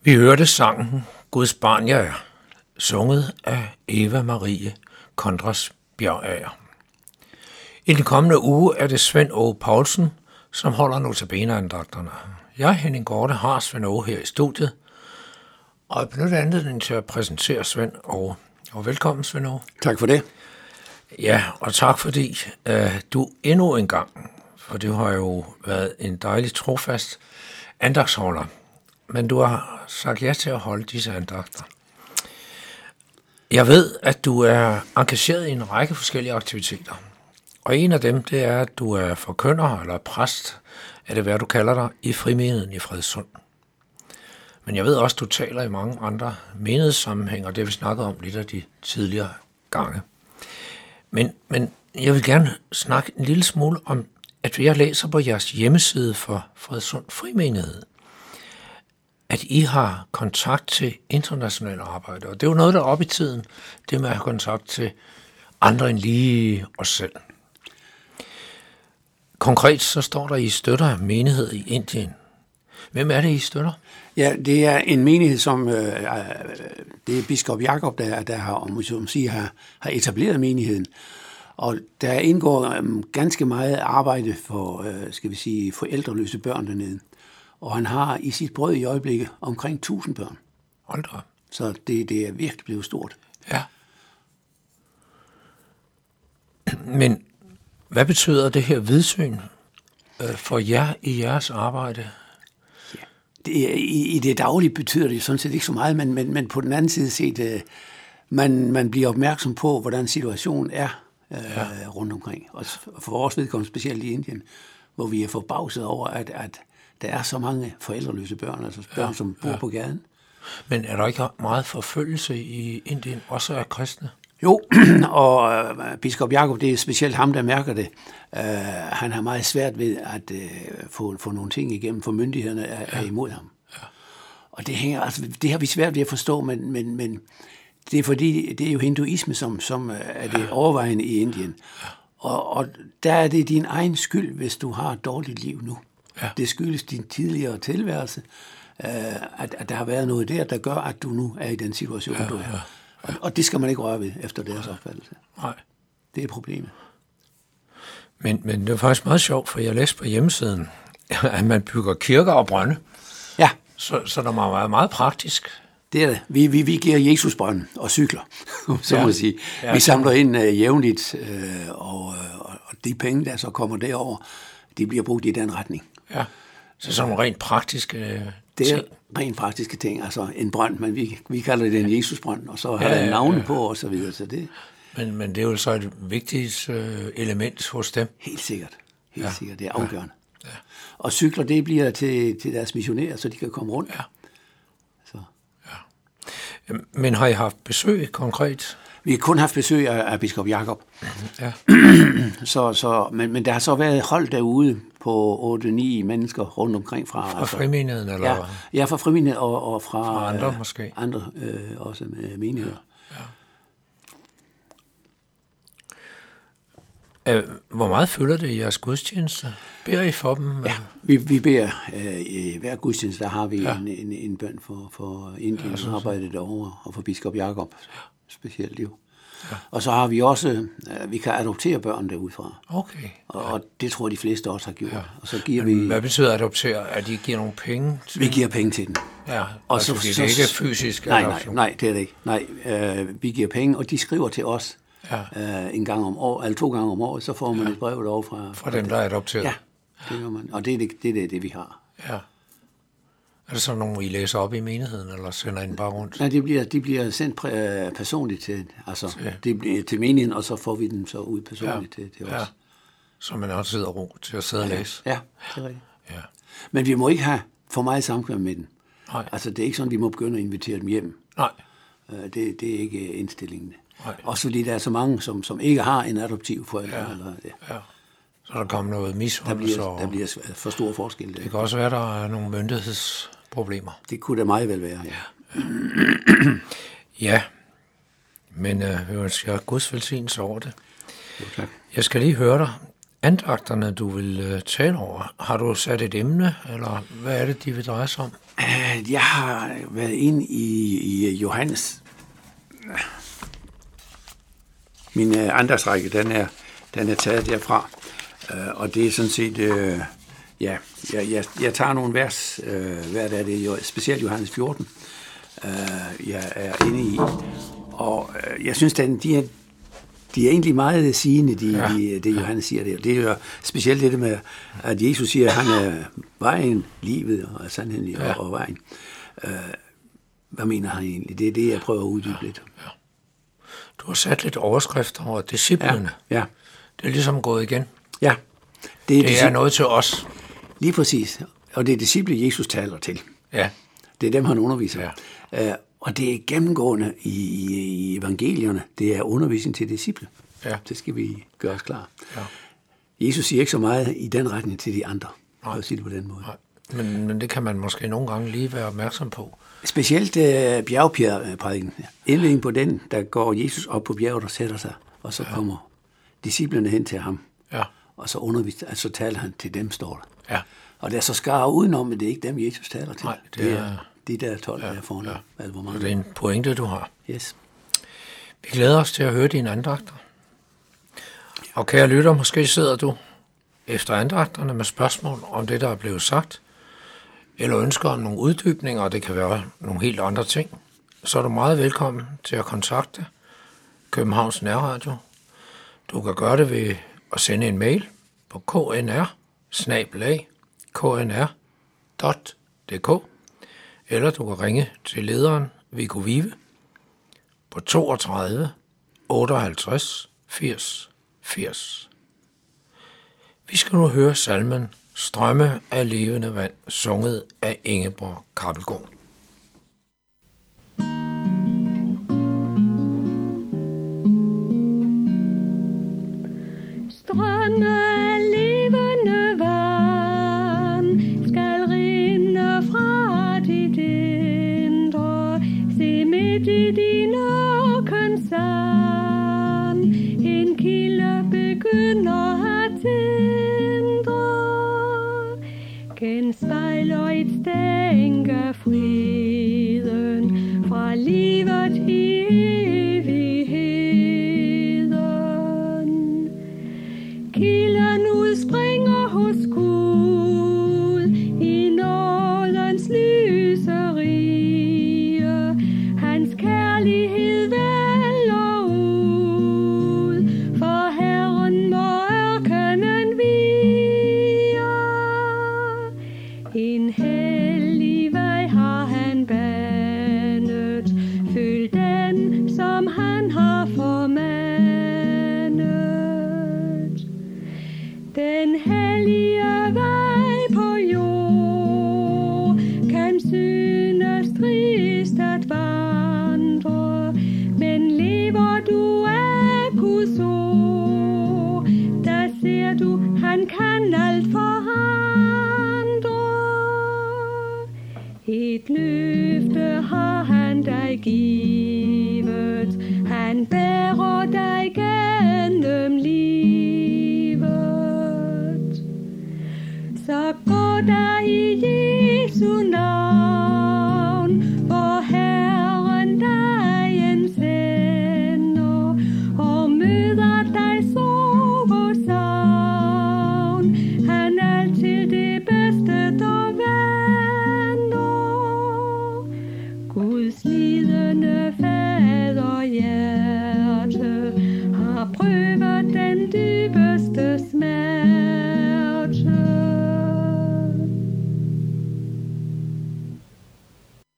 Vi hørte sangen Guds barn jeg er, sunget af Eva Marie Kondras Bjørgager. I den kommende uge er det Svend Åge Poulsen, som holder notabeneandagterne. Jeg, Henning Gorte, har Svend Åge her i studiet, og jeg benytter anledningen til at præsentere Svend Åge. Og velkommen, Svend Åge. Tak for det. Ja, og tak fordi du endnu en gang, for det har jo været en dejlig trofast andagsholder, men du har sagt ja til at holde disse andagter. Jeg ved, at du er engageret i en række forskellige aktiviteter, og en af dem, det er, at du er forkynder eller præst, er det hvad du kalder dig, i frimenigheden i Frederikssund. Men jeg ved også, at du taler i mange andre menighedssammenhænge, og det har vi snakket om lidt af de tidligere gange. Men jeg vil gerne snakke en lille smule om, at jeg læser på jeres hjemmeside for Frederikssund Frimenighed, at I har kontakt til internationale arbejde. Og det er jo noget, der er oppe i tiden, det med at have kontakt til andre end lige os selv. Konkret så står der, at I støtter menighed i Indien. Hvem er det, I støtter? Ja, det er en menighed, som det er biskop Jakob, der har etableret menigheden. Og der indgår ganske meget arbejde for, forældreløse børn dernede. Og han har i sit brød i øjeblikket omkring 1000 børn. Hold da. Så det er virkelig blevet stort. Ja. Men hvad betyder det her vidsyn for jer i jeres arbejde? I det daglige betyder det sådan set ikke så meget, men på den anden side set, man bliver opmærksom på, hvordan situationen er rundt omkring. Og for vores vedkommende, specielt i Indien, hvor vi er forbavset over, at der er så mange forældreløse børn, altså børn, som bor på gaden. Men er der ikke meget forfølgelse i Indien, også af kristne? Jo, og biskop Jakob, det er specielt ham, der mærker det. Han har meget svært ved at få nogle ting igennem, for myndighederne er imod ham. Ja. Og det har vi svært ved at forstå, men det er fordi, det er jo hinduisme, som er det overvejende i Indien. Og der er det din egen skyld, hvis du har et dårligt liv nu. Ja. Det skyldes din tidligere tilværelse, at der har været noget der gør, at du nu er i den situation, du er. Ja. Og det skal man ikke røre ved, efter deres opfattelse. Nej. Det er problemet. Men det er faktisk meget sjovt, for jeg læste på hjemmesiden, at man bygger kirker og brønde. Ja. Så der må være meget praktisk. Det er det. Vi giver Jesusbrønden og cykler, så må jeg sige. Ja. Vi samler ind jævnligt, og de penge, der så kommer derover, de bliver brugt i den retning. Ja. Så sådan nogle rent praktiske det er rent praktiske ting, altså en brønd, men vi kalder det en Jesusbrønd, og så har der navne på, og så videre. Så det. Men det er jo så et vigtigt element hos dem. Helt sikkert. Helt sikkert. Det er afgørende. Ja. Og cykler, det bliver til deres missionærer, så de kan komme rundt. Ja. Så. Ja. Men har I haft besøg konkret? Vi har kun haft besøg af biskop Jakob. Ja. Men der har så været hold derude på 8-9 mennesker rundt omkring fra frimenigheden, eller? Ja, fra frimenigheden og fra andre måske. Andre også med menigheder. Ja. Hvor meget følger det i jeres gudstjeneste? Beder I for dem? Ja, vi beder i hver gudstjeneste, der har vi en bøn for Indien, som arbejder derovre, og for biskop Jakob specielt jo. Ja. Og så har vi også, vi kan adoptere børn derudfra. Okay. Og det tror jeg, de fleste også har gjort. Ja. Og så giver vi. Hvad betyder adoptere? At de giver nogle penge til? Vi giver penge til dem. Ja, og altså, det er ikke fysisk adoption? Nej, det er det ikke. Nej, vi giver penge, og de skriver til os en gang om året, eller 2 gange om året, så får man et brev derovre fra dem, der er adopteret? Ja, det gør man. Og det er det, vi har. Ja. Er det så nogen, I læser op i menigheden, eller sender I den bare rundt? Nej, de bliver sendt personligt til menigheden, og så får vi den så ud personligt til os. Ja. Så man også sidder ro til at sidde og læse? Ja, det er rigtigt. Ja. Men vi må ikke have for meget samkvem med dem. Nej. Altså, det er ikke sådan, vi må begynde at invitere dem hjem. Nej. Det er ikke indstillingen. Nej. Også fordi der er så mange, som ikke har en adoptiv forælder. Ja. Så der kommer noget misundelse. Der bliver for stor forskel. Det kan også være, der er nogle myndighedsproblemer. Det kunne da meget vel være, ja. Ja, men vi ønsker Guds velsignelse over det. Jo, tak. Jeg skal lige høre dig. andagterne, du vil tale over? Har du sat et emne, eller hvad er det, de vil dreje sig om? Jeg har været inde i Johannes. Min andagsrække, den er taget derfra. Og det er sådan set, jeg tager nogle vers, hvad er det, specielt Johannes 14, jeg er inde i. Og jeg synes, de er egentlig meget sigende, det Johannes siger der. Det er jo specielt det med, at Jesus siger, at han er vejen, livet og sandheden og vejen. Hvad mener han egentlig? Det er det, jeg prøver at uddybe lidt. Ja. Du har sat lidt overskrifter over disciplene. Ja. Det er ligesom gået igen. Ja. Det er noget til os. Lige præcis. Og det er disciple, Jesus taler til. Ja. Det er dem, han underviser. Ja. Og det er gennemgående i evangelierne. Det er undervisning til disciple. Ja. Det skal vi gøre os klar. Ja. Jesus siger ikke så meget i den retning til de andre. Nej. At sige det på den måde. Nej. Men det kan man måske nogle gange lige være opmærksom på. Specielt bjergprædiken. Indledningen på den, der går Jesus op på bjerget og sætter sig. Og så kommer disciplene hen til ham. Ja. Og så taler han til dem, står der. Ja. Og der er så skar udenom, men det er ikke dem, Jesus taler til. Nej, det er de der 12, der er foran. Ja. Det er en pointe, du har. Yes. Vi glæder os til at høre dine andagter. Og kære lytter, måske sidder du efter andagterne med spørgsmål om det, der er blevet sagt, eller ønsker om nogle uddybninger, og det kan være nogle helt andre ting, så er du meget velkommen til at kontakte Københavns Nærradio. Du kan gøre det ved at sende en mail på knr@knr.dk, eller du kan ringe til lederen Viggo Vive på 32 58 80 80. Vi skal nu høre salmen Strømme af levende vand, sunget af Ingeborg Kappelgaard. Strømme af levende vand skal rinde fra dit indre. Se midt i din ørken sand, en kilde begynder at tindre. Genspejler et stænke friden fra livet i evigheden. Kilden udspringer hos Gud i nådens lyserige. Hans kærlighed vælger ud, for Herren må ørkenen vie. En hellig vej har han banet, følg den, som han har formanet. Den hellige vej på jord kan synes trist at vandre, men lever du af Guds ord, der ser du, han kan alt forandre. Et løfte har han dig givet, han bærer dig gennem livet. Så gå der i Jesu navn, hvor Herren dig sender, og møder dig sorg og savn. Han er altid det bedste, der venter. Guds lidende